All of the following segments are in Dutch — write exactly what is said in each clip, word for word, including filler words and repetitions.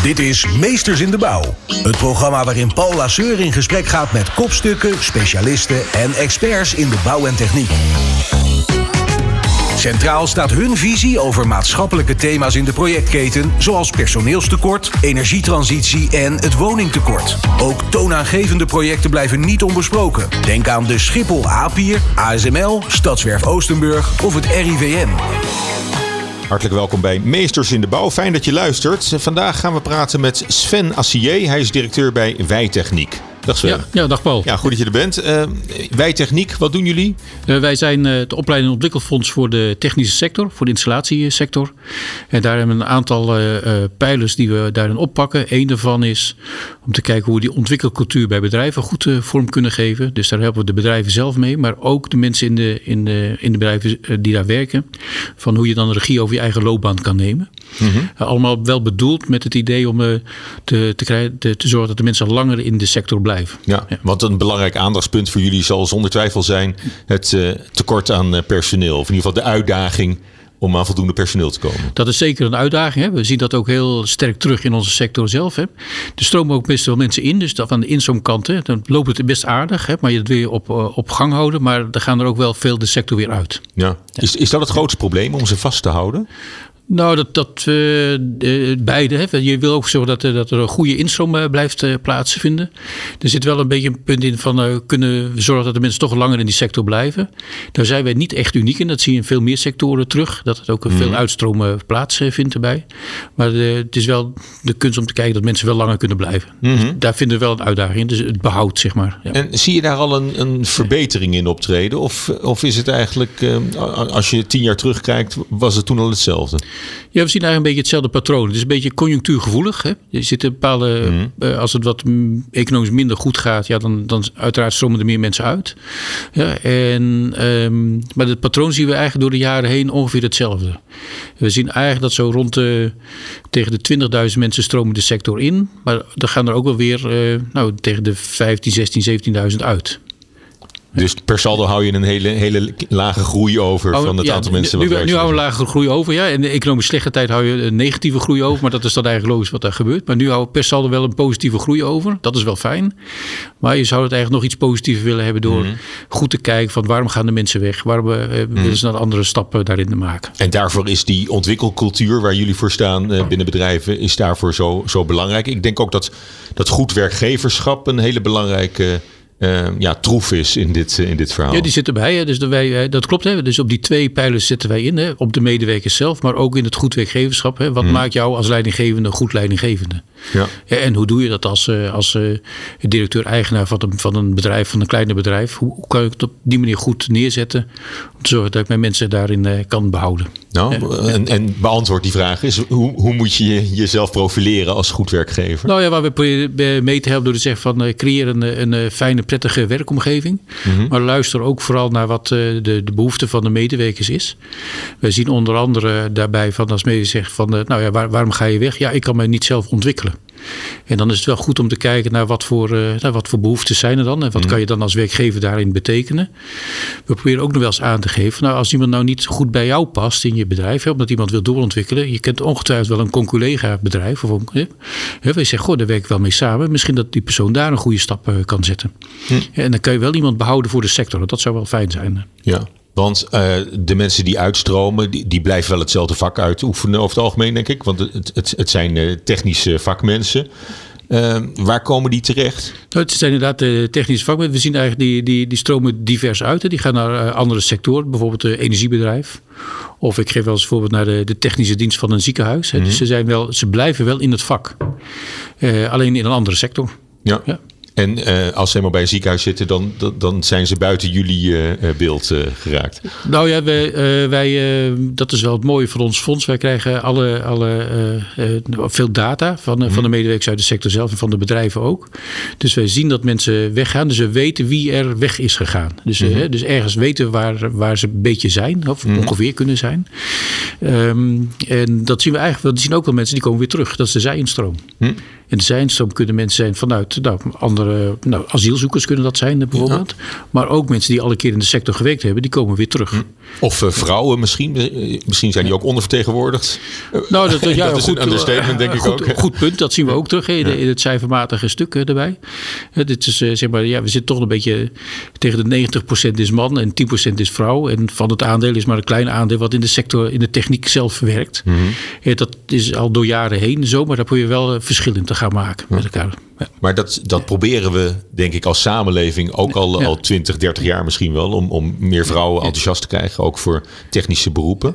Dit is Meesters in de Bouw. Het programma waarin Paul Lasseur in gesprek gaat met kopstukken, specialisten en experts in de bouw en techniek. Centraal staat hun visie over maatschappelijke thema's in de projectketen, zoals personeelstekort, energietransitie en het woningtekort. Ook toonaangevende projecten blijven niet onbesproken. Denk aan de Schiphol A-pier, A S M L, Stadswerf Oostenburg of het R I V M. Hartelijk welkom bij Meesters in de Bouw. Fijn dat je luistert. Vandaag gaan we praten met Sven Assier. Hij is directeur bij Wijtechniek. Dag Sven. Ja, ja, dag Paul. Ja, goed dat je er bent. Uh, Wijtechniek, wat doen jullie? Uh, wij zijn uh, de opleiding en ontwikkelfonds voor de technische sector, voor de installatiesector. En daar hebben we een aantal uh, uh, pijlers die we daarin oppakken. Eén daarvan is om te kijken hoe we die ontwikkelcultuur bij bedrijven goed uh, vorm kunnen geven. Dus daar helpen we de bedrijven zelf mee, maar ook de mensen in de, in de, in de bedrijven uh, die daar werken. Van hoe je dan regie over je eigen loopbaan kan nemen. Mm-hmm. Uh, allemaal wel bedoeld met het idee om uh, te, te, krijgen, te, te zorgen dat de mensen langer in de sector blijven. Ja, ja, want een belangrijk aandachtspunt voor jullie zal zonder twijfel zijn het uh, tekort aan uh, personeel. Of in ieder geval de uitdaging om aan voldoende personeel te komen. Dat is zeker een uitdaging. Hè. We zien dat ook heel sterk terug in onze sector zelf. Hè. Er stromen ook best wel mensen in. Dus dat aan de instroomkant, hè, dan loopt het best aardig. Hè, maar je dat wil je op, uh, op gang houden. Maar er gaan er ook wel veel de sector weer uit. Ja. Ja. Is, is dat het grootste probleem om ze vast te houden? Nou, dat, dat uh, uh, beide. Hè. Je wil ook zorgen dat, uh, dat er een goede instroom uh, blijft uh, plaatsvinden. Er zit wel een beetje een punt in van uh, kunnen we zorgen dat de mensen toch langer in die sector blijven. Daar zijn wij niet echt uniek in. Dat zie je in veel meer sectoren terug. Dat het ook mm-hmm. veel uitstroom uh, plaatsvindt erbij. Maar uh, het is wel de kunst om te kijken dat mensen wel langer kunnen blijven. Mm-hmm. Daar vinden we wel een uitdaging in. Dus het behoud, zeg maar. Ja. En zie je daar al een, een verbetering in optreden? Of, of is het eigenlijk, uh, als je tien jaar terugkijkt, was het toen al hetzelfde? Ja, we zien eigenlijk een beetje hetzelfde patroon. Het is een beetje conjunctuurgevoelig. Hè? Je zit een bepaalde, mm. uh, als het wat mm, economisch minder goed gaat, ja, dan, dan uiteraard stromen er meer mensen uit. Ja, en, um, maar het patroon zien we eigenlijk door de jaren heen ongeveer hetzelfde. We zien eigenlijk dat zo rond de, tegen de twintigduizend mensen stromen de sector in. Maar dan gaan er ook wel weer uh, nou, tegen de vijftien, zestien, zeventienduizend uit. Dus per saldo hou je een hele, hele lage groei over oh, van het ja, aantal mensen. Nu, wat nu, nu houden we een lage groei over. Ja. In de economisch slechte tijd hou je een negatieve groei over. Maar dat is dan eigenlijk logisch wat daar gebeurt. Maar nu houden we per saldo wel een positieve groei over. Dat is wel fijn. Maar je zou het eigenlijk nog iets positiever willen hebben door mm-hmm. goed te kijken van waarom gaan de mensen weg? Waarom uh, mm-hmm. willen ze dan andere stappen daarin te maken? En daarvoor is die ontwikkelcultuur waar jullie voor staan uh, binnen bedrijven is daarvoor zo, zo belangrijk. Ik denk ook dat, dat goed werkgeverschap een hele belangrijke Uh, ja, troef is in dit, uh, in dit verhaal. Ja, die zitten erbij. Hè. Dus de, wij, dat klopt. Hè. Dus op die twee pijlers zitten wij in. Hè. Op de medewerkers zelf, maar ook in het goed werkgeverschap. Hè. Wat hmm. maakt jou als leidinggevende een goed leidinggevende? Ja. Ja, en hoe doe je dat als, als uh, directeur-eigenaar van een, van een bedrijf, van een kleiner bedrijf? Hoe, hoe kan ik het op die manier goed neerzetten om te zorgen dat ik mijn mensen daarin uh, kan behouden? Nou, ja. en, en beantwoord die vraag is, hoe, hoe moet je jezelf profileren als goed werkgever? Nou ja, waar we proberen mee te helpen door te zeggen van uh, creëer een, een, een fijne, prettige werkomgeving. Mm-hmm. Maar luister ook vooral naar wat uh, de, de behoefte van de medewerkers is. We zien onder andere daarbij van als medewerker zegt van uh, nou ja, waar, waarom ga je weg? Ja, ik kan mij niet zelf ontwikkelen. En dan is het wel goed om te kijken naar wat voor, uh, naar wat voor behoeftes zijn er dan. En wat mm. kan je dan als werkgever daarin betekenen. We proberen ook nog wel eens aan te geven. Nou, als iemand nou niet goed bij jou past in je bedrijf. Hè, omdat iemand wil doorontwikkelen. Je kent ongetwijfeld wel een conculega bedrijf. Of een, hè, hè, je zegt, goh, daar werk ik wel mee samen. Misschien dat die persoon daar een goede stap uh, kan zetten. Mm. Ja, en dan kan je wel iemand behouden voor de sector. Dat zou wel fijn zijn. Ja. Want uh, de mensen die uitstromen, die, die blijven wel hetzelfde vak uitoefenen over het algemeen, denk ik. Want het, het, het zijn uh, technische vakmensen. Uh, waar komen die terecht? Nou, het zijn inderdaad de technische vakmensen. We zien eigenlijk die, die, die stromen divers uit. Hè. Die gaan naar uh, andere sectoren, bijvoorbeeld een energiebedrijf. Of ik geef wel eens voorbeeld naar de, de technische dienst van een ziekenhuis. Hè. Mm-hmm. Dus ze, zijn wel, ze blijven wel in het vak. Uh, alleen in een andere sector. Ja. ja. En uh, als ze helemaal bij een ziekenhuis zitten, dan, dan, dan zijn ze buiten jullie uh, beeld uh, geraakt. Nou ja, wij, uh, wij, uh, dat is wel het mooie van ons fonds. Wij krijgen alle, alle, uh, uh, veel data van, uh, mm. van de medewerkers uit de sector zelf en van de bedrijven ook. Dus wij zien dat mensen weggaan. Dus we weten wie er weg is gegaan. Dus, mm. uh, dus ergens weten waar, waar ze een beetje zijn, of mm. ongeveer kunnen zijn. Um, en dat zien we eigenlijk, we zien ook wel mensen die komen weer terug. Dat is de zij-instroom. Mm. En de zijnstroom kunnen mensen zijn vanuit nou, andere nou, asielzoekers kunnen dat zijn bijvoorbeeld. Ja. Maar ook mensen die al een keer in de sector gewerkt hebben, die komen weer terug. Of uh, vrouwen misschien. Misschien zijn die ook ondervertegenwoordigd. Nou, dat, ja, dat is goed, een understatement, denk goed, ik ook. Goed punt, dat zien we ook terug in, in het cijfermatige stuk erbij. Dit is, zeg maar, ja, we zitten toch een beetje tegen de negentig procent is man en tien procent is vrouw. En van het aandeel is maar een klein aandeel wat in de sector, in de techniek zelf werkt. Mm-hmm. Dat is al door jaren heen zo, maar daar probeer je wel verschil in te gaan maken ja. met elkaar. Ja. Maar dat, dat proberen we, denk ik, als samenleving ook al, ja. al twintig, dertig jaar misschien wel. Om, om meer vrouwen enthousiast te krijgen, ook voor technische beroepen.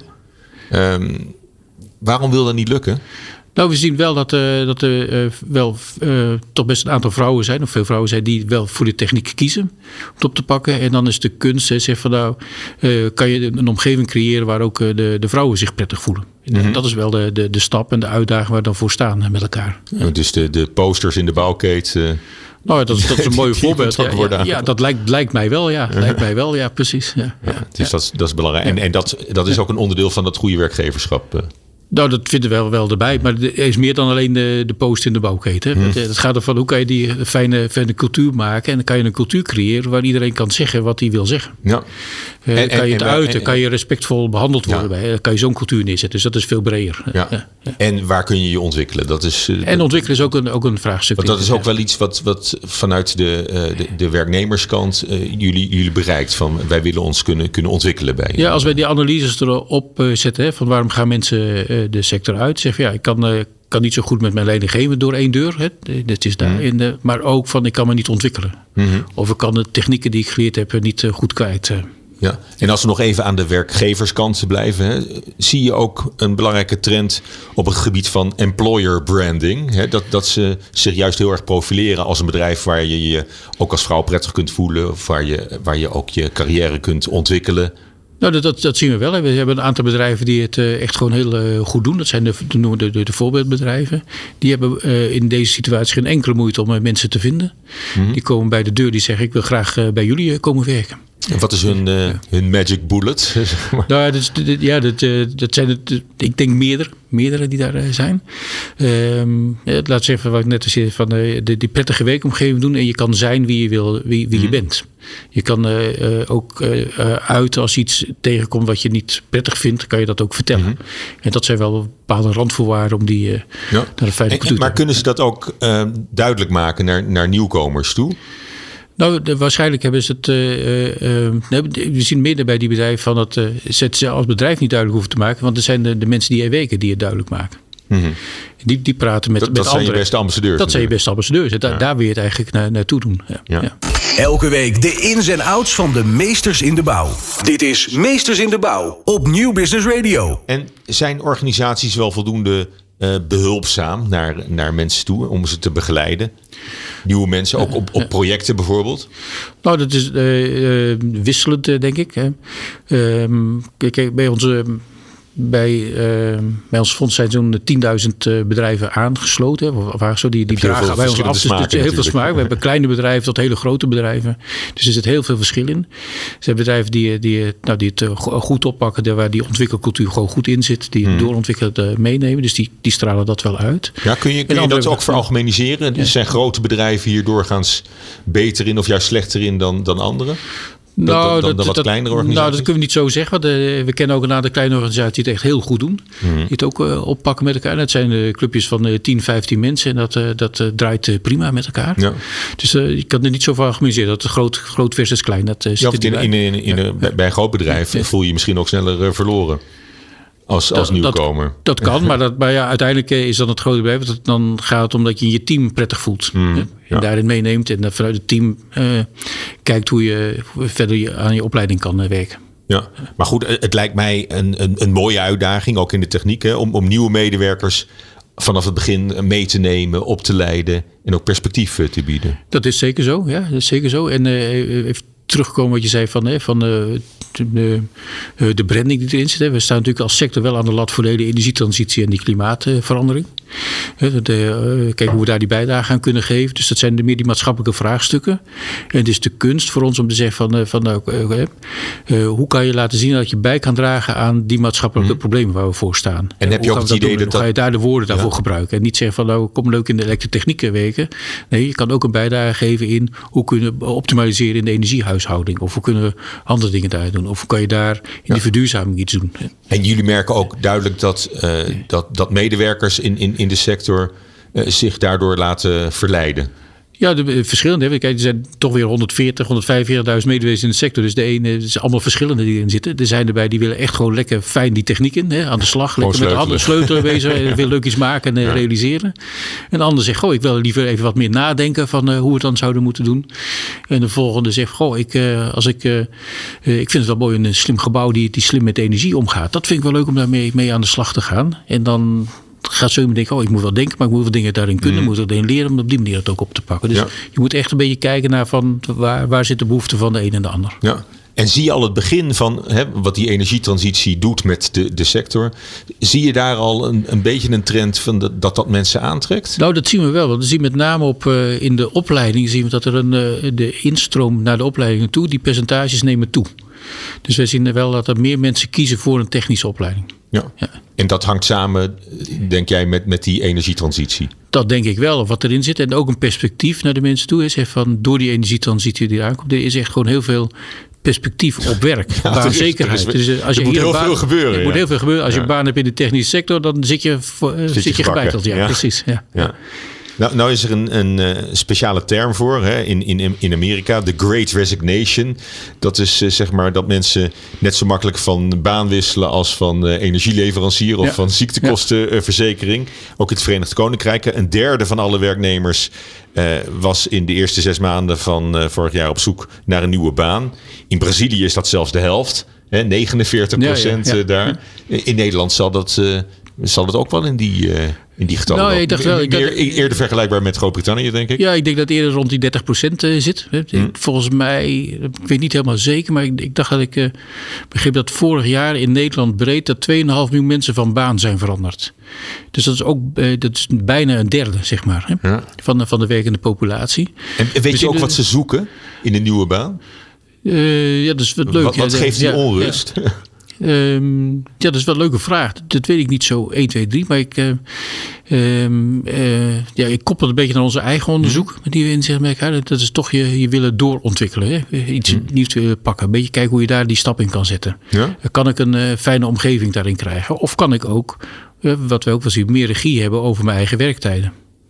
Um, waarom wil dat niet lukken? Nou, we zien wel dat er uh, dat, uh, wel uh, toch best een aantal vrouwen zijn, of veel vrouwen zijn, die wel voor de techniek kiezen om het op te pakken. En dan is de kunst, hè, zeg van nou, uh, kan je een omgeving creëren waar ook uh, de, de vrouwen zich prettig voelen. Mm-hmm. Dat is wel de, de, de stap en de uitdaging waar we dan voor staan uh, met elkaar. Ja. Dus de, de posters in de bouwkeet. Uh... Nou, dat is, dat is een mooi voorbeeld. Ja, ja, ja, dat lijkt, lijkt mij wel, ja. Lijkt mij wel, ja, precies. Ja, ja, ja, dus ja. Dat, dat is belangrijk. En, en dat, dat is ook een onderdeel van dat goede werkgeverschap. Uh. Nou, dat vinden we wel, wel erbij. Maar er is meer dan alleen de, de post in de bouwketen. Hmm. Het, het gaat ervan, hoe kan je die fijne, fijne cultuur maken? En dan kan je een cultuur creëren waar iedereen kan zeggen wat hij wil zeggen. Ja. Uh, en, kan je het en, uiten, en, en, kan je respectvol behandeld worden ja. bij. Dan kan je zo'n cultuur neerzetten. Dus dat is veel breder. Ja. Ja. Ja. En waar kun je je ontwikkelen? Dat is, uh, en ontwikkelen is ook een, ook een vraagstuk. Want dat is ook wel iets wat, wat vanuit de, uh, de, de werknemerskant uh, jullie, jullie bereikt. Van wij willen ons kunnen, kunnen ontwikkelen bij. Ja, als wij die analyses erop uh, zetten. Hè, van waarom gaan mensen uh, de sector uit. Zeg ja, ik kan, uh, kan niet zo goed met mijn leidinggever door één deur. Hè. Dat is daarin. Mm. Uh, maar ook van ik kan me niet ontwikkelen. Mm-hmm. Of ik kan de technieken die ik geleerd heb niet uh, goed kwijt. Uh. Ja. En als we nog even aan de werkgeverskant blijven. Hè, zie je ook een belangrijke trend op het gebied van employer branding. Hè, dat, dat ze zich juist heel erg profileren als een bedrijf waar je je ook als vrouw prettig kunt voelen. Of waar je, waar je ook je carrière kunt ontwikkelen. Nou, dat, dat, dat zien we wel. Hè. We hebben een aantal bedrijven die het uh, echt gewoon heel uh, goed doen. Dat zijn de, de, de, de voorbeeldbedrijven. Die hebben uh, in deze situatie geen enkele moeite om uh, mensen te vinden. Mm-hmm. Die komen bij de deur die zeggen ik wil graag uh, bij jullie uh, komen werken. En wat is hun, uh, hun magic bullet? Nou, dat, is, ja, dat, uh, dat zijn het, ik denk meerdere, meerdere die daar uh, zijn. Um, ja, laat zeggen wat ik net zei, van uh, de, die prettige werkomgeving doen en je kan zijn wie je wil, wie, wie mm. je bent. Je kan uh, uh, ook uh, uit als je iets tegenkomt wat je niet prettig vindt, kan je dat ook vertellen. Mm-hmm. En dat zijn wel bepaalde randvoorwaarden om die uh, ja. naar een fijne cultuur te Maar kunnen ze dat ook uh, duidelijk maken naar, naar nieuwkomers toe? Nou, de, waarschijnlijk hebben ze het. Uh, uh, we zien meer bij die bedrijven van dat uh, ze als bedrijf niet duidelijk hoeven te maken, want er zijn de, de mensen die er werken die het duidelijk maken. Mm-hmm. Die, die praten met, dat, met dat anderen. zijn je beste ambassadeurs. Dat zijn je beste ambassadeurs. Da- ja. Daar wil je het eigenlijk na, naartoe doen. Ja. Ja. Ja. Elke week de ins en outs van de meesters in de bouw. Dit is Meesters in de Bouw op Nieuw Business Radio. En zijn organisaties wel voldoende uh, behulpzaam naar, naar mensen toe om ze te begeleiden? Nieuwe mensen, ook op, op projecten bijvoorbeeld? Nou, dat is uh, uh, wisselend, uh, denk ik. Hè. Uh, kijk, bij onze... Bij, uh, bij ons fonds zijn zo'n tienduizend uh, bedrijven aangesloten. Of, of zo, die die dragen bij ons af. Dus er is heel veel smaak. We hebben kleine bedrijven tot hele grote bedrijven. Dus er zit heel veel verschil in. Er zijn bedrijven die, die, nou, die het uh, goed oppakken. Waar die ontwikkelcultuur gewoon goed in zit. Die hmm. doorontwikkeld uh, meenemen. Dus die, die stralen dat wel uit. Ja, kun je, kun je dat ook veralgemeniseren? Ja. Zijn grote bedrijven hier doorgaans beter in of juist slechter in dan, dan anderen? Nou, dan, dan, dan wat dat, kleinere organisaties? Nou, dat kunnen we niet zo zeggen. Want, uh, we kennen ook een aantal kleine organisaties die het echt heel goed doen. Mm-hmm. Die het ook uh, oppakken met elkaar. En dat zijn uh, clubjes van uh, tien, vijftien mensen. En dat, uh, dat uh, draait uh, prima met elkaar. Ja. Dus uh, je kan er niet zo van organiseren. Dat is groot, groot versus klein. Dat, uh, ja, in, in, in, in, in, ja. Bij een groot bedrijf ja. voel je je misschien ook sneller uh, verloren. Als, als dat, nieuwkomer. Dat, dat kan, maar, dat, maar ja, uiteindelijk is dat het grote bedrijf. Dan gaat het om dat je je team prettig voelt. Mm, en ja. daarin meeneemt. En vanuit het team uh, kijkt hoe je verder aan je opleiding kan uh, werken. Ja, maar goed, het lijkt mij een, een, een mooie uitdaging, ook in de techniek, hè, om, om nieuwe medewerkers vanaf het begin mee te nemen, op te leiden en ook perspectief te bieden. Dat is zeker zo, ja, dat is zeker zo. En uh, even terugkomen wat je zei van, hè, van uh, de, de branding die erin zit. Hè. We staan natuurlijk als sector wel aan de lat voor de hele energietransitie en die klimaatverandering. De, de, kijk hoe we daar die bijdrage aan kunnen geven. Dus dat zijn de meer die maatschappelijke vraagstukken. En het is de kunst voor ons om te zeggen van, van uh, uh, uh, hoe kan je laten zien dat je bij kan dragen aan die maatschappelijke mm. problemen waar we voor staan. En heb je ook het idee dat, dat... Hoe ga je daar de woorden daarvoor ja. gebruiken? En niet zeggen van nou kom leuk in de elektrotechnieken weken. Nee, je kan ook een bijdrage geven in hoe kunnen we optimaliseren in de energiehuishouding. Of hoe kunnen we andere dingen daar doen. Of hoe kan je daar in ja. de verduurzaming iets doen. En jullie merken ook duidelijk dat, uh, dat, dat medewerkers in, in, in de sector uh, zich daardoor laten verleiden. Ja, de verschillende. Kijk, er zijn toch weer honderdveertig, honderdvijfenveertigduizend medewerkers in de sector. Dus de ene, het zijn allemaal verschillende die erin zitten. Er zijn erbij die willen echt gewoon lekker fijn die techniek in. Hè, aan de slag. Lekker met de handen sleutelen bezig. En wil leuk iets maken en ja. realiseren. En de ander zegt, goh, ik wil liever even wat meer nadenken van uh, hoe we het dan zouden moeten doen. En de volgende zegt, goh, ik, uh, als ik, uh, uh, ik vind het wel mooi een slim gebouw die, die slim met energie omgaat. Dat vind ik wel leuk om daarmee mee aan de slag te gaan. En dan gaat zo iemand denken, oh, ik moet wel denken, maar ik moet wel dingen daarin kunnen. Mm. Ik moet er erin leren om op die manier het ook op te pakken. Dus ja. je moet echt een beetje kijken naar van waar, waar zit de behoefte van de een en de ander. Ja. En zie je al het begin van hè, wat die energietransitie doet met de, de sector? Zie je daar al een, een beetje een trend van de, dat dat mensen aantrekt? Nou, dat zien we wel. Want we zien met name op uh, in de opleiding zien we dat er een uh, de instroom naar de opleidingen toe, die percentages nemen toe. Dus wij zien wel dat er meer mensen kiezen voor een technische opleiding. Ja. ja. En dat hangt samen, denk jij, met, met die energietransitie? Dat denk ik wel, of wat erin zit. En ook een perspectief naar de mensen toe is. Van door die energietransitie die eraan komt, er is echt gewoon heel veel perspectief op werk. Ja, baanzekerheid. Dus, dus als er je moet hier heel baan, veel gebeuren. Er ja. moet heel veel gebeuren. Als ja. je een baan hebt in de technische sector, dan zit je, uh, zit zit je gebeiteld. Ja, ja, precies. Ja. Ja. Nou, nou is er een, een uh, speciale term voor hè, in, in, in Amerika, de Great Resignation. Dat is uh, zeg maar dat mensen net zo makkelijk van baan wisselen als van uh, energieleverancier of ja. van ziektekostenverzekering. Ja. Ook in het Verenigd Koninkrijk. Een derde van alle werknemers uh, was in de eerste zes maanden van uh, vorig jaar op zoek naar een nieuwe baan. In Brazilië is dat zelfs de helft, hè, negenenveertig procent ja, ja, ja. daar. In Nederland zal dat... Uh, Zal het ook wel in die, uh, in die getallen? Nou, ik dacht wel, ik meer, dacht, eerder vergelijkbaar met Groot-Brittannië, denk ik. Ja, ik denk dat het eerder rond die dertig procent uh, zit. Hmm. Volgens mij, ik weet niet helemaal zeker, maar ik, ik dacht dat ik uh, begreep dat vorig jaar in Nederland breed dat twee komma vijf miljoen mensen van baan zijn veranderd. Dus dat is ook uh, dat is bijna een derde, zeg maar, hè, ja. van, van de werkende populatie. En, en weet dus je ook de, wat ze zoeken in een nieuwe baan? Uh, ja, dat is wat leuk. Wat, wat ja, geeft die ja, onrust? Ja. Um, ja, dat is wel een leuke vraag. Dat weet ik niet zo één, twee, drie. Maar ik, uh, um, uh, ja, ik koppel het een beetje naar onze eigen onderzoek. Mm. Die we in zich merken. Dat is toch je, je willen doorontwikkelen. Hè? Iets mm. nieuws willen pakken. Een beetje kijken hoe je daar die stap in kan zetten. Ja? Kan ik een uh, fijne omgeving daarin krijgen? Of kan ik ook, uh, wat we ook wel zien, meer regie hebben over mijn eigen werktijden?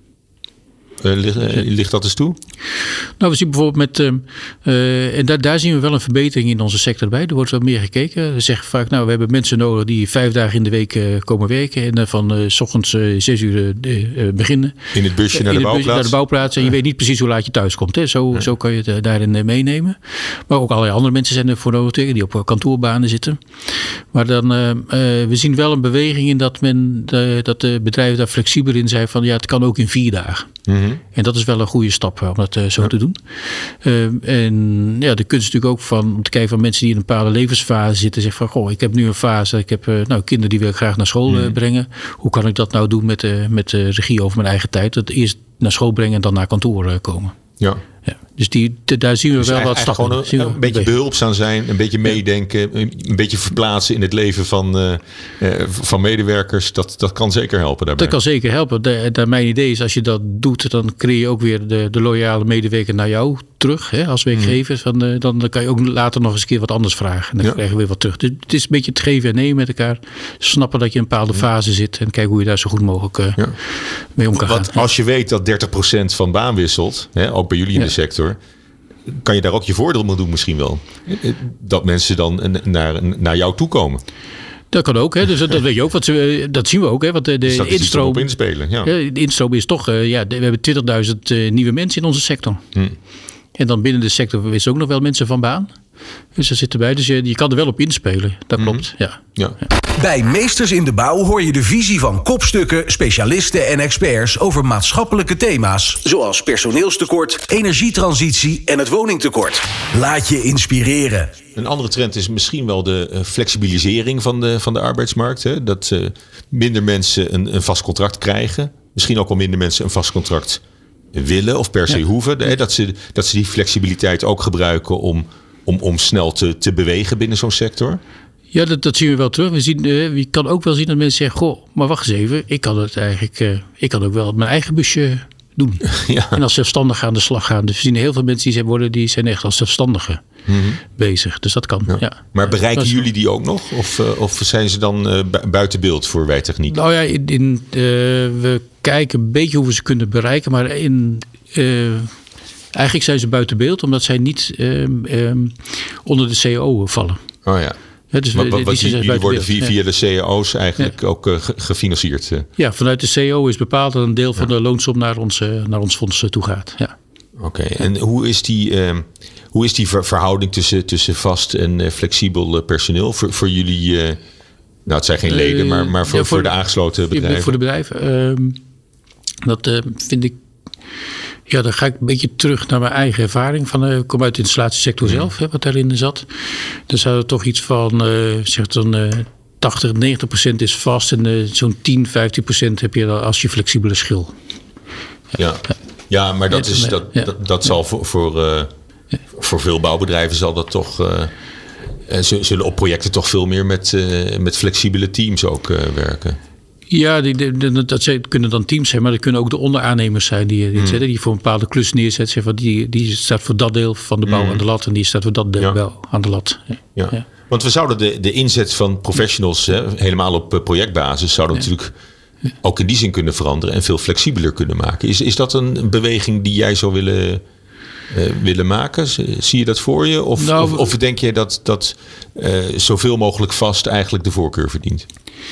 Uh, ligt, uh, ligt dat eens toe? Nou, we zien bijvoorbeeld met... Uh, uh, en daar, daar zien we wel een verbetering in onze sector bij. Er wordt wel meer gekeken. We zeggen vaak, nou, we hebben mensen nodig die vijf dagen in de week uh, komen werken. En uh, van uh, 's ochtends uh, zes uur uh, beginnen. In het busje naar, in de, het busje naar de bouwplaats. En je ja. weet niet precies hoe laat je thuis komt. Hè. Zo, ja. zo kan je het uh, daarin uh, meenemen. Maar ook allerlei andere mensen zijn er voor nodig die op kantoorbanen zitten. Maar dan, uh, uh, we zien wel een beweging in dat, men, uh, dat de bedrijven daar flexibeler in zijn. Van ja, het kan ook in vier dagen. Mm-hmm. En dat is wel een goede stap om dat uh, zo ja. te doen. Uh, en ja, de kunst natuurlijk ook van om te kijken van mensen die in een bepaalde levensfase zitten. Zeggen van, goh, ik heb nu een fase. Ik heb uh, nou, kinderen die wil ik graag naar school mm. uh, brengen. Hoe kan ik dat nou doen met, uh, met uh, regie over mijn eigen tijd? Dat eerst naar school brengen en dan naar kantoor uh, komen. Ja. Ja, dus die, de, daar zien we dus wel wat stappen. Gewoon een, een, een beetje behulpzaam zijn, een beetje meedenken, een beetje verplaatsen in het leven van, uh, uh, van medewerkers. Dat, dat kan zeker helpen daarbij. Dat kan zeker helpen. De, de, mijn idee is, als je dat doet, dan creëer je ook weer de, de loyale medewerker naar jou terug. Hè, als werkgever. Mm. Van de, dan, dan kan je ook later nog eens een keer wat anders vragen. En dan ja. krijg je weer wat terug. Dus het is een beetje het geven en nemen met elkaar. Snappen dat je in een bepaalde ja. fase zit. En kijken hoe je daar zo goed mogelijk uh, ja. mee om kan Want gaan. Als je weet dat dertig procent van baan wisselt, hè, ook bij jullie in ja. de sector, kan je daar ook je voordeel mee doen misschien wel. Dat mensen dan naar, naar jou toe komen. Dat kan ook, hè. Dus dat weet je ook. Want dat zien we ook, hè. Want de, de instroom op inspelen. Ja. De instroom is toch, uh, ja, we hebben twintigduizend uh, nieuwe mensen in onze sector. Hmm. En dan binnen de sector wisten ook nog wel mensen van baan. Dus dat zit erbij. Dus je, je kan er wel op inspelen. Dat klopt. Hmm. Ja. Ja. Ja. Bij Meesters in de Bouw hoor je de visie van kopstukken, specialisten en experts over maatschappelijke thema's, zoals personeelstekort, energietransitie en het woningtekort. Laat je inspireren. Een andere trend is misschien wel de uh, flexibilisering van de, van de arbeidsmarkt. Hè? Dat uh, minder mensen een, een vast contract krijgen. Misschien ook wel minder mensen een vast contract willen of per se ja. hoeven. Hè? Dat, ze, dat ze die flexibiliteit ook gebruiken om, om, om snel te, te bewegen binnen zo'n sector. Ja, dat, dat zien we wel terug. We zien, uh, je kan ook wel zien dat mensen zeggen, goh, maar wacht eens even. Ik kan het eigenlijk, uh, ik kan ook wel mijn eigen busje doen. Ja. En als zelfstandige aan de slag gaan. Dus we zien heel veel mensen die zijn, worden, die zijn echt als zelfstandigen mm-hmm. bezig. Dus dat kan. Ja. Ja. Maar bereiken ja, jullie die ook nog? Of, uh, of zijn ze dan uh, buiten beeld voor Wijtechniek? Nou ja, in, in, uh, we kijken een beetje hoe we ze kunnen bereiken. Maar in, uh, eigenlijk zijn ze buiten beeld. Omdat zij niet uh, um, onder de C A O vallen. Oh ja. Ja, dus wat, wat, wat die, die worden via, via de C A O's eigenlijk ja. ook uh, gefinancierd. Uh. Ja, vanuit de C A O is bepaald dat een deel van ja. de loonsom naar ons, uh, naar ons fonds toe gaat. Ja. Oké, okay. En hoe is die, uh, hoe is die ver- verhouding tussen, tussen vast en uh, flexibel uh, personeel voor, voor jullie? Uh, nou, het zijn geen leden, uh, maar, maar voor, ja, voor, voor de aangesloten bedrijven. Voor de bedrijven. Uh, dat uh, vind ik. Ja, dan ga ik een beetje terug naar mijn eigen ervaring. Van, uh, ik kom uit de installatiesector mm. zelf, hè, wat daarin zat. Dan zou er toch iets van, uh, zeg dan, uh, tachtig, negentig procent is vast. En uh, zo'n tien, vijftien procent heb je dan als je flexibele schil. Ja, ja. ja maar dat, is, dat, ja. dat, dat zal voor, voor, uh, ja. voor veel bouwbedrijven zal dat toch... Uh, ze zullen op projecten toch veel meer met, uh, met flexibele teams ook uh, werken. Ja, die, die, die, dat kunnen dan teams zijn, maar dat kunnen ook de onderaannemers zijn die, die, mm. zetten, die voor een bepaalde klus neerzetten. Zeg, van die, die staat voor dat deel van de bouw mm. aan de lat en die staat voor dat deel ja. aan de lat. Ja. Ja. Ja. Want we zouden de, de inzet van professionals hè, helemaal op projectbasis zouden ja. natuurlijk ja. ook in die zin kunnen veranderen en veel flexibeler kunnen maken. Is, is dat een beweging die jij zou willen, uh, willen maken? Zie je dat voor je? Of, nou, of, of denk je dat, dat uh, zoveel mogelijk vast eigenlijk de voorkeur verdient?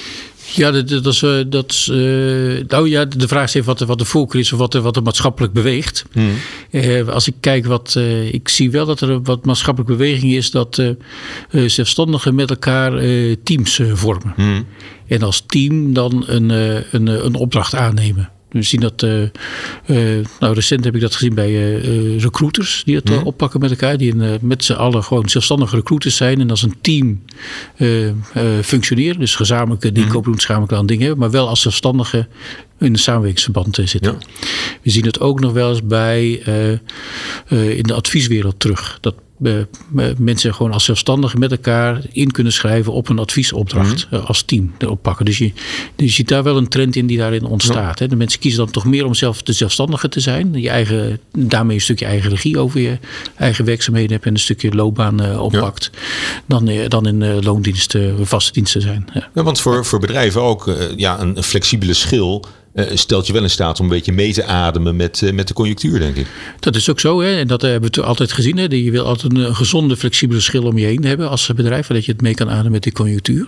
Ja, dat, dat is, dat is uh, nou ja, de vraag is even wat, wat de voorkeur is of wat, wat er maatschappelijk beweegt. Hmm. Uh, als ik kijk wat, uh, ik zie wel dat er wat maatschappelijke beweging is dat uh, uh, zelfstandigen met elkaar uh, teams uh, vormen. Hmm. En als team dan een, uh, een, een opdracht aannemen. We zien dat, uh, uh, nou recent heb ik dat gezien bij uh, recruiters die het uh, mm. oppakken met elkaar. Die uh, met z'n allen gewoon zelfstandige recruiters zijn en als een team uh, uh, functioneren. Dus gezamenlijke dingen mm. doen, gezamenlijk aan dingen hebben. Maar wel als zelfstandigen in een samenwerkingsverband uh, zitten. Ja. We zien het ook nog wel eens bij uh, uh, in de advieswereld terug. Dat Uh, mensen gewoon als zelfstandigen met elkaar in kunnen schrijven op een adviesopdracht mm-hmm. uh, als team oppakken. Dus je, dus je ziet daar wel een trend in die daarin ontstaat. Ja. Hè. De mensen kiezen dan toch meer om zelf de zelfstandige te zijn. Je eigen, daarmee een stukje eigen regie over je eigen werkzaamheden hebt en een stukje loopbaan uh, oppakt. Ja. Dan, uh, dan in uh, loondiensten, vaste diensten zijn. Ja. Ja, want voor, voor bedrijven ook uh, ja, een, een flexibele schil Uh, stelt je wel in staat om een beetje mee te ademen met, uh, met de conjunctuur, denk ik. Dat is ook zo, hè? En dat uh, hebben we altijd gezien. Hè? Je wil altijd een gezonde, flexibele schil om je heen hebben als bedrijf, dat je het mee kan ademen met die conjunctuur.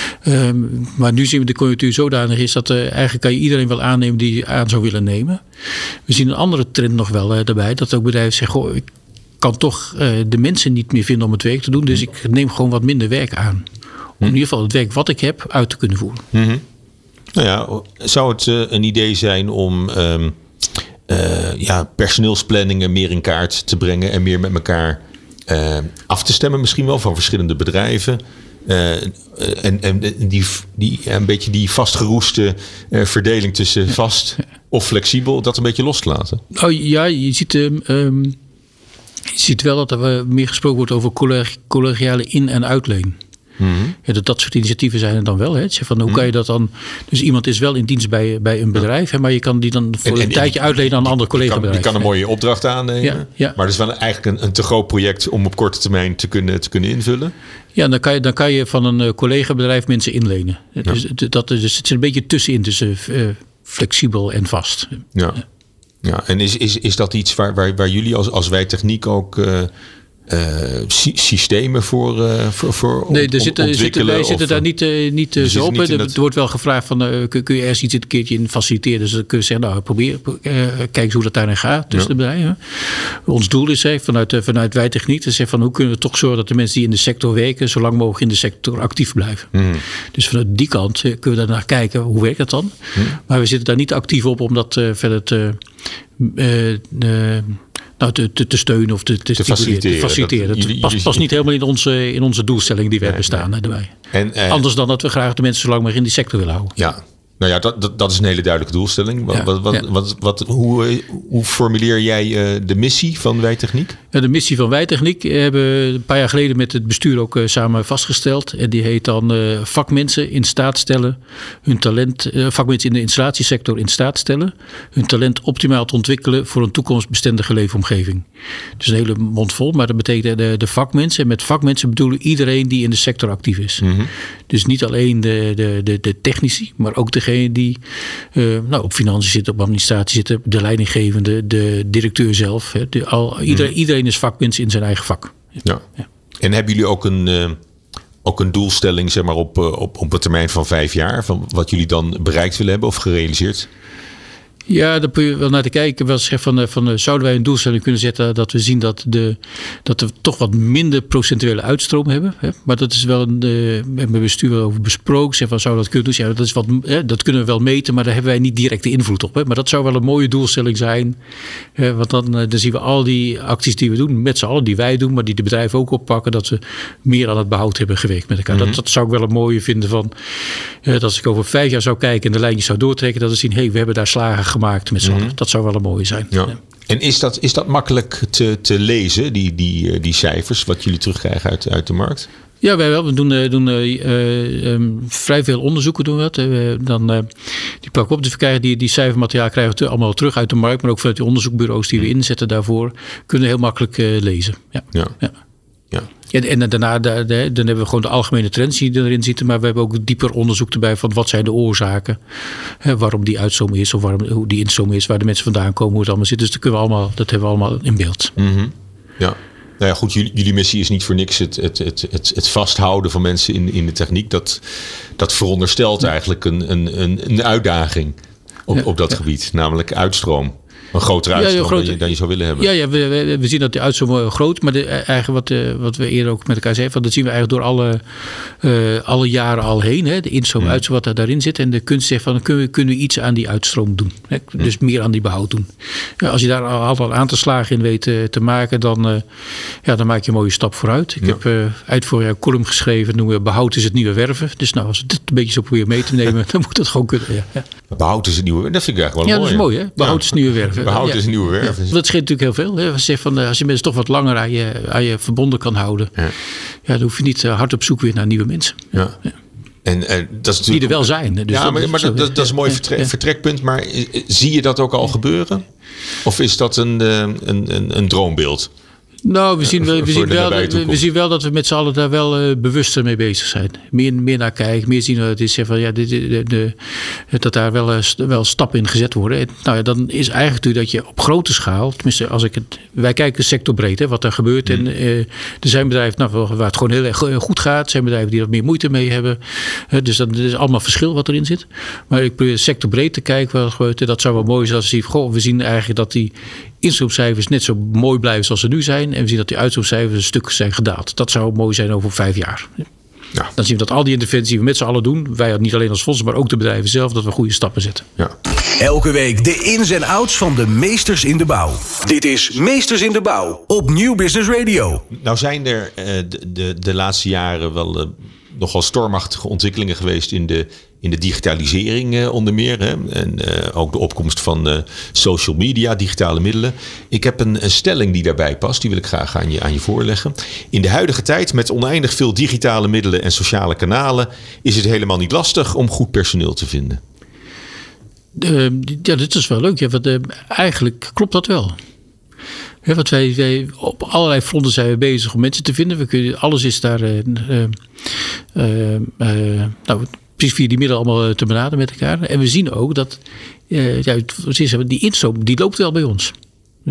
Um, maar nu zien we de conjunctuur zodanig is dat uh, eigenlijk kan je iedereen wel aannemen die je aan zou willen nemen. We zien een andere trend nog wel uh, daarbij, dat ook bedrijven zeggen, goh, ik kan toch uh, de mensen niet meer vinden om het werk te doen, dus ik neem gewoon wat minder werk aan. Om hm. in ieder geval het werk wat ik heb uit te kunnen voeren. Mm-hmm. Nou ja, zou het uh, een idee zijn om um, uh, ja, personeelsplanningen meer in kaart te brengen en meer met elkaar uh, af te stemmen, misschien wel van verschillende bedrijven? Uh, en en die, die, een beetje die vastgeroeste uh, verdeling tussen vast of flexibel, dat een beetje los te laten? Oh ja, je ziet, um, um, je ziet wel dat er meer gesproken wordt over colleg- collegiale in- en uitleen. Mm-hmm. Ja, dat, dat soort initiatieven zijn er dan wel. Hè. Van, hoe mm-hmm. kan je dat dan? Dus iemand is wel in dienst bij, bij een bedrijf, ja. hè, maar je kan die dan voor en, en, een tijdje uitlenen aan een ander collega-bedrijf. Die kan een mooie opdracht aannemen. Ja, ja. Maar dat is wel eigenlijk een, een te groot project om op korte termijn te kunnen, te kunnen invullen. Ja, dan kan je, dan kan je van een uh, collega-bedrijf mensen inlenen. Ja. Dus, dat, dus het zit een beetje tussenin tussen uh, flexibel en vast. Ja, ja. En is, is, is dat iets waar, waar, waar jullie als, als Wijtechniek ook Uh, uh, sy- systemen voor, uh, voor, voor nee, er on- zitten, ontwikkelen? Zitten, wij of, zitten daar niet, uh, niet uh, zo op. Er dat... wordt wel gevraagd van, uh, kun, kun je ergens iets een keertje in faciliteren? Dus dan kun je zeggen, nou probeer, uh, kijk eens hoe dat daarin gaat tussen ja. de bedrijven. Ons doel is hè, vanuit, uh, vanuit Wijtechniek, te zeggen van hoe kunnen we toch zorgen dat de mensen die in de sector werken, zo lang mogelijk in de sector actief blijven. Mm. Dus vanuit die kant uh, kunnen we daar naar kijken, hoe werkt dat dan? Mm. Maar we zitten daar niet actief op om dat uh, verder te... Uh, uh, Nou, te, te, te steunen of te, te, te faciliteren. Te faciliteren. Dat, jullie, past, past niet helemaal in onze, in onze doelstelling die we nee, hebben staan nee. erbij. En, eh, Anders dan dat we graag de mensen zo lang maar in die sector willen houden. Ja, nou ja, dat, dat, dat is een hele duidelijke doelstelling. Wat, ja, wat, wat, ja. wat, wat, hoe, hoe formuleer jij uh, de missie van Wijtechniek? Ja, de missie van Wijtechniek hebben we een paar jaar geleden met het bestuur ook uh, samen vastgesteld. En die heet dan uh, vakmensen in staat stellen, hun talent, uh, vakmensen in de installatiesector in staat stellen, hun talent optimaal te ontwikkelen voor een toekomstbestendige leefomgeving. Dus een hele mond vol, maar dat betekent de, de vakmensen. En met vakmensen bedoelen iedereen die in de sector actief is. Mm-hmm. Dus niet alleen de, de, de, de technici, maar ook degene die uh, nou, op financiën zitten, op administratie zitten, de leidinggevende, de directeur zelf. Hè, de, al, iedereen, mm-hmm. iedereen is vakmens in zijn eigen vak. Ja. Ja. En hebben jullie ook een, uh, ook een doelstelling zeg maar, op, uh, op, op een termijn van vijf jaar? Van wat jullie dan bereikt willen hebben of gerealiseerd? Ja, daar kun je wel naar te kijken. Wel zeggen van, van, zouden wij een doelstelling kunnen zetten dat we zien dat, de, dat we toch wat minder procentuele uitstroom hebben. Hè? Maar dat is wel een, we hebben het bestuur wel over besproken. Zeg van, zou dat kunnen doen? Ja, dat, is wat, hè, dat kunnen we wel meten, maar daar hebben wij niet directe invloed op. Hè? Maar dat zou wel een mooie doelstelling zijn. Hè? Want dan, dan zien we al die acties die we doen, met z'n allen die wij doen, maar die de bedrijven ook oppakken, dat we meer aan het behoud hebben gewerkt met elkaar. Mm-hmm. Dat, dat zou ik wel een mooie vinden van, hè, dat als ik over vijf jaar zou kijken en de lijntjes zou doortrekken, dat we zien, hé, hey, we hebben daar slagen gemaakt. Gemaakt met z'n allen. Mm-hmm. Dat zou wel een mooie zijn. Ja. Ja. En is dat, is dat makkelijk te, te lezen, die, die, die cijfers, wat jullie terugkrijgen uit, uit de markt? Ja, wij wel. We doen, uh, doen uh, um, vrij veel onderzoeken. Doen we dat. Uh, dan, uh, die pakken we op. Dus we krijgen die, die cijfermateriaal krijgen we allemaal terug uit de markt. Maar ook vanuit die onderzoekbureaus die we inzetten daarvoor. Kunnen we heel makkelijk uh, lezen. Ja. Ja. Ja. Ja. En, en daarna de, de, dan hebben we gewoon de algemene trends die erin zitten. Maar we hebben ook dieper onderzoek erbij van wat zijn de oorzaken. Hè, waarom die uitstroom is of waarom, hoe die instroom is. Waar de mensen vandaan komen, hoe het allemaal zit. Dus dat, kunnen we allemaal, dat hebben we allemaal in beeld. Mm-hmm. Ja. Nou ja, goed, jullie, jullie missie is niet voor niks het, het, het, het, het vasthouden van mensen in, in de techniek. Dat, dat veronderstelt eigenlijk een, een, een, een uitdaging op, ja, op dat ja. gebied. Namelijk uitstroom. Een grotere uitstroom ja, ja, dan, je, dan je zou willen hebben. Ja, ja we, we, we zien dat de uitstroom groot is. Maar de, eigenlijk wat, uh, wat we eerder ook met elkaar zeiden. Dat zien we eigenlijk door alle, uh, alle jaren al heen. Hè, de instroom, hmm. uitstroom, wat er daarin zit. En de kunst zegt van kunnen we, kunnen we iets aan die uitstroom doen. Hè? Dus hmm. meer aan die behoud doen. Ja, als je daar al een aantal slagen in weet uh, te maken. Dan, uh, ja, dan maak je een mooie stap vooruit. Ik ja. heb uh, uit vorig jaar een column geschreven. Noemen we behoud is het nieuwe werven. Dus nou, als we dit een beetje zo proberen mee te nemen. Dan moet dat gewoon kunnen. Ja, ja. Behoud is het nieuwe werven. Dat vind ik eigenlijk wel ja, mooi. Ja, dat is mooi. Hè? Behoud ja. is het nieuwe werven. Behoud ja. is een nieuwe werf. Ja, dat scheelt natuurlijk heel veel. Hè. Als, je van, als je mensen toch wat langer aan je, aan je verbonden kan houden. Ja. Ja, dan hoef je niet hard op zoek weer naar nieuwe mensen. Ja. Ja. En, uh, dat is natuurlijk... Die er wel zijn. Dus ja, maar, maar dat, dat, dat is een mooi vertrek, ja. vertrekpunt. Maar zie je dat ook al gebeuren? Of is dat een, een, een, een droombeeld? Nou, we zien, we, we, zien wel, we, we zien wel dat we met z'n allen daar wel uh, bewuster mee bezig zijn. Meer, meer naar kijken, meer zien dat, het is van, ja, de, de, de, dat daar wel, uh, wel stappen in gezet worden. En, nou ja, dan is eigenlijk natuurlijk dat je op grote schaal, tenminste als ik het, wij kijken sectorbreed, hè, wat er gebeurt. Mm. En uh, er zijn bedrijven nou, waar het gewoon heel erg goed gaat. Er zijn bedrijven die er meer moeite mee hebben. Uh, dus dat is allemaal verschil wat erin zit. Maar ik probeer sectorbreed te kijken wat er gebeurt. Dat zou wel mooi zijn als we zien, goh, we zien eigenlijk dat die instroomcijfers net zo mooi blijven zoals ze nu zijn. En we zien dat die uitstroomcijfers een stuk zijn gedaald. Dat zou mooi zijn over vijf jaar. Ja. Dan zien we dat al die interventies die we met z'n allen doen. Wij niet alleen als fonds, maar ook de bedrijven zelf. Dat we goede stappen zetten. Ja. Elke week de ins en outs van de meesters in de bouw. Dit is Meesters in de Bouw op Nieuw Business Radio. Nou zijn er uh, de, de, de laatste jaren wel uh, nogal stormachtige ontwikkelingen geweest in de, in de digitalisering uh, onder meer. Hè? En uh, ook de opkomst van uh, social media, digitale middelen. Ik heb een, een stelling die daarbij past. Die wil ik graag aan je, aan je voorleggen. In de huidige tijd met oneindig veel digitale middelen en sociale kanalen is het helemaal niet lastig om goed personeel te vinden. Uh, ja, dit is wel leuk. Ja, want, uh, eigenlijk klopt dat wel. Ja, want wij, wij op allerlei fronten zijn we bezig om mensen te vinden. We kunnen, alles is daar uh, uh, uh, uh, nou, precies via die middelen allemaal te benaderen met elkaar. En we zien ook dat uh, ja, die instroom die loopt wel bij ons.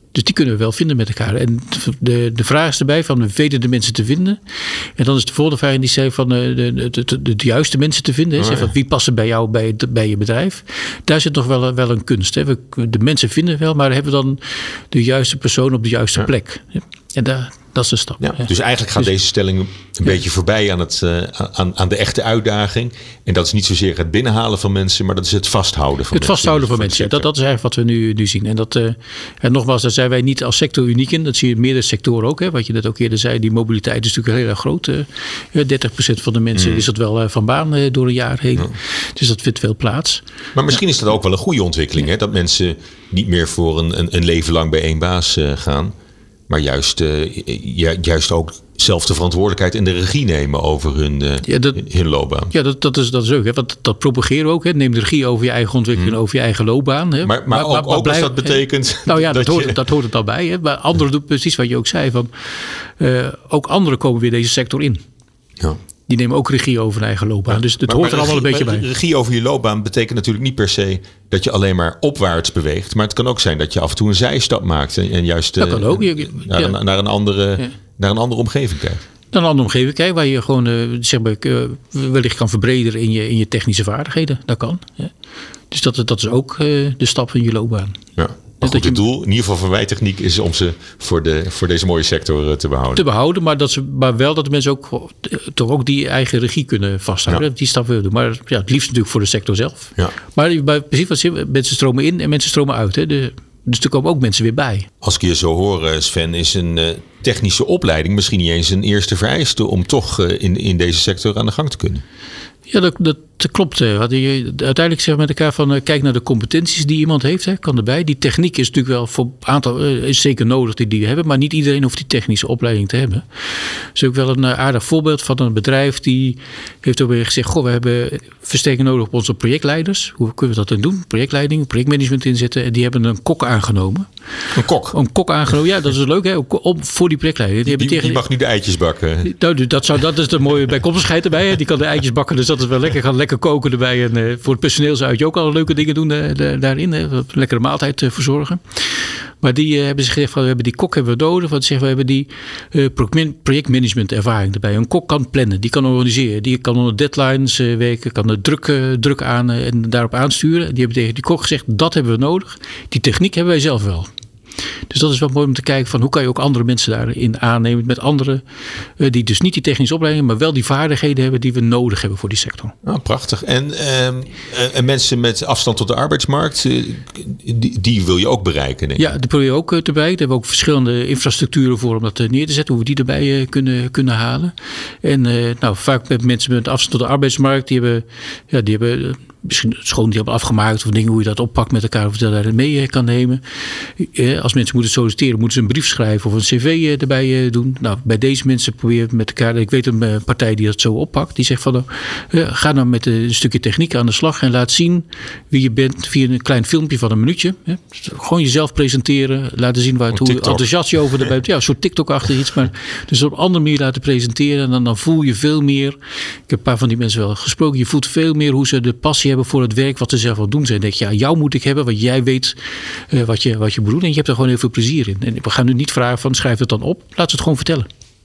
Dus die kunnen we wel vinden met elkaar. En de, de vraag is erbij van weten de mensen te vinden. En dan is de volgende vraag die zei van de, de, de, de, de juiste mensen te vinden. Hè. Zeg van wie passen bij jou bij, bij je bedrijf. Daar zit nog wel, wel een kunst. Hè. We, de mensen vinden wel, maar hebben we dan de juiste persoon op de juiste ja. plek. En daar, dat is de stap. Ja, dus eigenlijk gaat dus, deze stelling een ja. beetje voorbij aan, het, uh, aan, aan de echte uitdaging. En dat is niet zozeer het binnenhalen van mensen, maar dat is het vasthouden van het mensen. Het vasthouden van mensen, ja, dat, dat is eigenlijk wat we nu, nu zien. En, dat, uh, en nogmaals, daar zijn wij niet als sector uniek in. Dat zie je in meerdere sectoren ook. Hè. Wat je net ook eerder zei, die mobiliteit is natuurlijk heel erg groot. Uh, dertig procent van de mensen mm. is dat wel uh, van baan uh, door een jaar heen. Ja. Dus dat vindt veel plaats. Maar misschien ja. is dat ook wel een goede ontwikkeling. Ja. Hè? Dat mensen niet meer voor een, een, een leven lang bij één baas uh, gaan. Maar juist, uh, ju- juist ook zelf de verantwoordelijkheid en de regie nemen over hun, uh, ja, dat, hun loopbaan. Ja, dat, dat, is, dat is ook. Hè, want dat propageren we ook. Hè. Neem de regie over je eigen ontwikkeling, hmm. over je eigen loopbaan. Hè. Maar, maar, maar ook, maar, maar ook blijf, als dat betekent... Nou ja, dat, dat, je... hoort, dat hoort het al bij. Hè. Maar anderen doen precies wat je ook zei. Van, uh, ook anderen komen weer deze sector in. Ja. Die nemen ook regie over hun eigen loopbaan. Ja, dus het hoort er allemaal regie, een beetje bij. Regie over je loopbaan betekent natuurlijk niet per se dat je alleen maar opwaarts beweegt. Maar het kan ook zijn dat je af en toe een zijstap maakt. En, en juist dat kan ook. Je, naar, ja. een, naar, een andere, ja. naar een andere omgeving kijkt. Naar een andere omgeving kijkt waar je gewoon uh, zeg maar, uh, wellicht kan verbrederen in je, in je technische vaardigheden. Dat kan. Ja. Dus dat, dat is ook uh, de stap in je loopbaan. Ja. Maar goed, het doel, in ieder geval van Wijtechniek, is om ze voor, de, voor deze mooie sector te behouden. Te behouden, maar, dat ze, maar wel dat de mensen ook toch ook die eigen regie kunnen vasthouden. Ja. Die stap willen doen. Maar ja, het liefst natuurlijk voor de sector zelf. Ja. Maar bij, precies wat ze, mensen stromen in en mensen stromen uit. Hè. De, dus er komen ook mensen weer bij. Als ik je zo hoor, Sven, is een uh, technische opleiding misschien niet eens een eerste vereiste om toch uh, in, in deze sector aan de gang te kunnen. Ja, dat, dat klopt. Uiteindelijk zeggen we met elkaar van uh, kijk naar de competenties die iemand heeft. Hè, kan erbij. Die techniek is natuurlijk wel voor een aantal uh, is zeker nodig die die hebben. Maar niet iedereen hoeft die technische opleiding te hebben. Dat is ook wel een uh, aardig voorbeeld van een bedrijf die heeft ook weer gezegd. Goh, we hebben versterking nodig op onze projectleiders. Hoe kunnen we dat dan doen? Projectleiding, projectmanagement inzetten. En die hebben een kok aangenomen. Een kok? Een kok aangenomen, ja, dat is leuk hè. Om, voor die projectleider. Die, die, tegen, die mag nu de eitjes bakken. Nou, dat, zou, dat is de mooie bijkomstigheid erbij. Hè. Die kan de eitjes bakken, dus dat is wel lekker. Gaan lekker koken erbij. En uh, voor het personeel zou je ook al leuke dingen doen uh, de, daarin. Hè. Een lekkere maaltijd uh, verzorgen. Maar die uh, hebben zich gezegd van we hebben die kok hebben we nodig. Want zeggen we hebben die uh, projectmanagement ervaring erbij. Een kok kan plannen, die kan organiseren. Die kan onder deadlines uh, werken, kan de druk, uh, druk aan uh, en daarop aansturen. Die hebben tegen die kok gezegd dat hebben we nodig. Die techniek hebben wij zelf wel. Dus dat is wel mooi om te kijken van hoe kan je ook andere mensen daarin aannemen met anderen uh, die dus niet die technische opleiding, maar wel die vaardigheden hebben die we nodig hebben voor die sector. Oh, prachtig. En, uh, en mensen met afstand tot de arbeidsmarkt, uh, die, die wil je ook bereiken, denk ik. Ja, die probeer je ook uh, te bereiken. Daar hebben we ook verschillende infrastructuren voor om dat uh, neer te zetten, hoe we die erbij uh, kunnen, kunnen halen. En uh, nou, vaak met mensen met afstand tot de arbeidsmarkt, die hebben, ja, die hebben uh, misschien schoon die hebben afgemaakt of dingen hoe je dat oppakt met elkaar of je dat daarin mee kan nemen. Als mensen moeten solliciteren, moeten ze een brief schrijven of een cv erbij doen. Nou, bij deze mensen proberen we met elkaar. Ik weet een partij die dat zo oppakt. Die zegt van uh, ga nou met een stukje techniek aan de slag en laat zien wie je bent via een klein filmpje van een minuutje. Hè. Gewoon jezelf presenteren, laten zien waar het, hoe enthousiast je over bent. Ja, een soort TikTok-achtig iets, maar dus op een andere manier laten presenteren en dan, dan voel je veel meer. Ik heb een paar van die mensen wel gesproken. Je voelt veel meer hoe ze de passie hebben voor het werk wat ze zelf wel doen zijn. Dan denk je, ja, jou moet ik hebben, want jij weet uh, wat je wat je bedoelt en je hebt er gewoon heel veel plezier in. En we gaan nu niet vragen van schrijf het dan op, laat ze het gewoon vertellen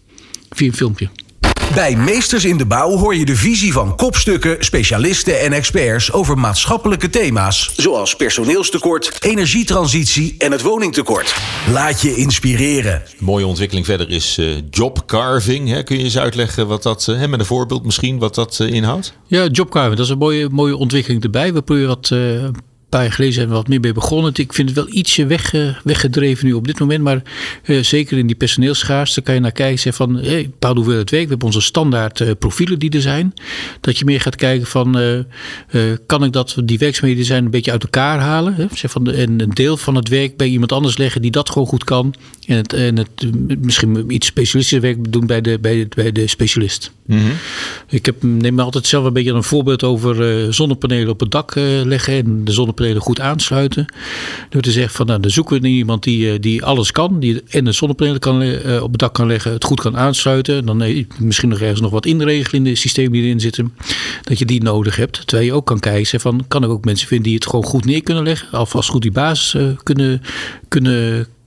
via een filmpje. Bij Meesters in de Bouw hoor je de visie van kopstukken, specialisten en experts over maatschappelijke thema's, zoals personeelstekort, energietransitie en het woningtekort. Laat je inspireren. Een mooie ontwikkeling verder is uh, jobcarving. Hè? Kun je eens uitleggen wat dat, uh, met een voorbeeld misschien, wat dat uh, inhoudt? Ja, jobcarving, dat is een mooie, mooie ontwikkeling erbij. We proberen wat... Uh, Een paar jaar geleden zijn we wat meer mee begonnen. Ik vind het wel ietsje weg, uh, weggedreven nu op dit moment. Maar uh, zeker in die personeelschaarste kan je naar kijken. Zeg van, hey, bepaald hoeveel het werk. We hebben onze standaard uh, profielen die er zijn. Dat je meer gaat kijken van, uh, uh, kan ik dat die werkzaamheden zijn een beetje uit elkaar halen. Hè? Zeg van, en een deel van het werk bij iemand anders leggen die dat gewoon goed kan. En het, en het misschien iets specialistischer werk doen bij de, bij de, bij de specialist. Mm-hmm. Ik heb, neem me altijd zelf een beetje een voorbeeld over uh, zonnepanelen op het dak uh, leggen. En de zonnepanelen goed aansluiten. Door te zeggen van nou, dan zoeken we iemand die, die alles kan. Die en de zonnepanelen kan, uh, op het dak kan leggen. Het goed kan aansluiten. Dan uh, misschien nog ergens nog wat inregelen in de systemen die erin zitten. Dat je die nodig hebt. Terwijl je ook kan kijken van kan ik ook mensen vinden die het gewoon goed neer kunnen leggen. Alvast goed die basis uh, kunnen, kunnen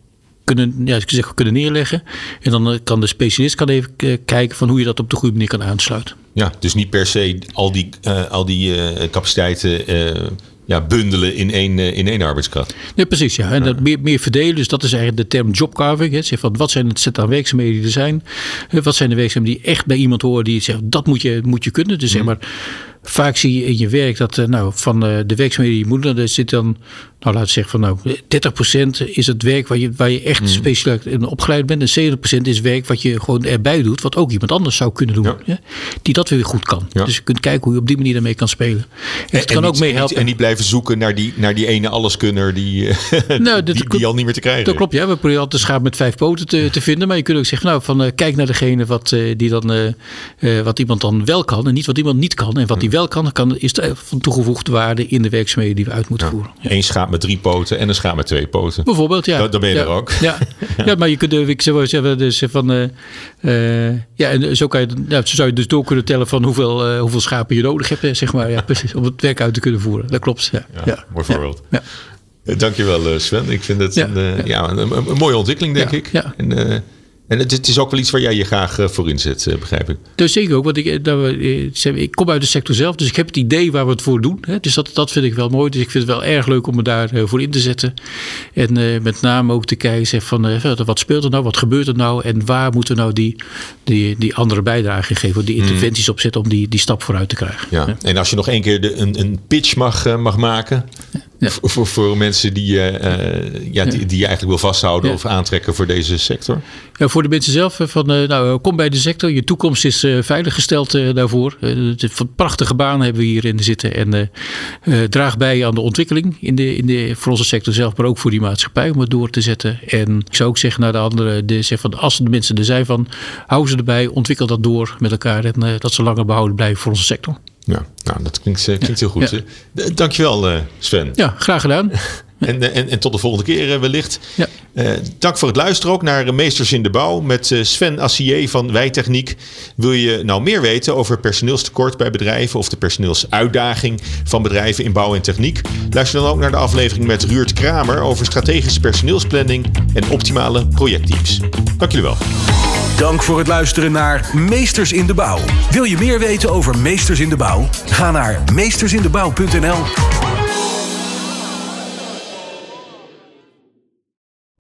kunnen, ja, zeg, kunnen neerleggen. En dan uh, kan de specialist kan even uh, kijken van hoe je dat op de goede manier kan aansluiten. Ja, dus niet per se al die, uh, al die uh, capaciteiten uh, ja, bundelen in één, uh, in één arbeidskracht. Nee, precies. Ja. En dat meer, meer verdelen. Dus dat is eigenlijk de term jobcarving. Hè. Zeg van, wat zijn het set aan werkzaamheden die er zijn? Wat zijn de werkzaamheden die echt bij iemand horen die zegt dat moet je, moet je kunnen. Dus zeg maar, vaak zie je in je werk dat nou, van de werkzaamheden die je moet, daar zit dan, nou laten we zeggen van nou dertig procent is het werk waar je, waar je echt mm. speciaal in opgeleid bent. En zeventig procent is werk wat je gewoon erbij doet, wat ook iemand anders zou kunnen doen. Ja. Ja, die dat weer goed kan. Ja. Dus je kunt kijken hoe je op die manier daarmee kan spelen. En, en het kan en ook niet, mee helpen. En niet blijven zoeken naar die, naar die ene alleskunner die, nou, die, die, die al niet meer te krijgen dat klopt, ja. We proberen altijd de schaap met vijf poten te, te vinden. Maar je kunt ook zeggen, nou, van uh, kijk naar degene wat, uh, die dan, uh, uh, wat iemand dan wel kan en niet wat iemand niet kan. En wat die wel kan, kan is van toegevoegde waarde in de werkzaamheden die we uit moeten ja. voeren. Ja. Eén schaap met drie poten en een schaap met twee poten. Bijvoorbeeld, ja. Dan, dan ben je ja. er ook. Ja. ja. ja, maar je kunt, ik zou zeggen, dus van, uh, uh, ja, en zo kan je, nou, zo zou je dus door kunnen tellen van hoeveel, uh, hoeveel schapen je nodig hebt, zeg maar, ja, precies, om het werk uit te kunnen voeren. Dat klopt. Ja. Ja, ja. Mooi voorbeeld. Ja. Ja. Dankjewel, Sven. Ik vind het ja. Een, uh, ja, een, een, een mooie ontwikkeling, denk ja. ik. Ja. En, uh, En het, het is ook wel iets waar jij je graag uh, voor inzet, uh, begrijp ik. Dus zeker ook, want ik, dat we, ik kom uit de sector zelf, dus ik heb het idee waar we het voor doen. Hè. Dus dat, dat vind ik wel mooi. Dus ik vind het wel erg leuk om me daarvoor voor in te zetten. En uh, met name ook te kijken zeg van uh, wat speelt er nou, wat gebeurt er nou en waar moeten we nou die, die, die andere bijdrage geven, die interventies mm. opzetten om die, die stap vooruit te krijgen. Ja. Ja. En als je nog één keer de, een, een pitch mag, uh, mag maken ja. voor, voor, voor mensen die, uh, ja, die, die je eigenlijk wil vasthouden ja. of aantrekken voor deze sector. Ja, voor de mensen zelf, van, uh, nou, kom bij de sector. Je toekomst is uh, veiliggesteld uh, daarvoor. Uh, prachtige banen hebben we hierin zitten. En uh, uh, draag bij aan de ontwikkeling in de, in de, voor onze sector zelf, maar ook voor die maatschappij om het door te zetten. En ik zou ook zeggen naar de anderen, de, zeg van, als de mensen er zijn van, hou ze erbij, ontwikkel dat door met elkaar. En uh, dat ze langer behouden blijven voor onze sector. Ja, nou, dat klinkt, klinkt heel goed. Ja. Dankjewel, uh, Sven. Ja, graag gedaan. En, en, en tot de volgende keer uh, wellicht. Ja. Uh, dank voor het luisteren ook naar Meesters in de Bouw met uh, Sven Assier van Wijtechniek. Wil je nou meer weten over personeelstekort bij bedrijven of de personeelsuitdaging van bedrijven in bouw en techniek? Luister dan ook naar de aflevering met Ruurt Kramer over strategische personeelsplanning en optimale projectteams. Dank jullie wel. Dank voor het luisteren naar Meesters in de Bouw. Wil je meer weten over Meesters in de Bouw? Ga naar meestersindebouw punt n l.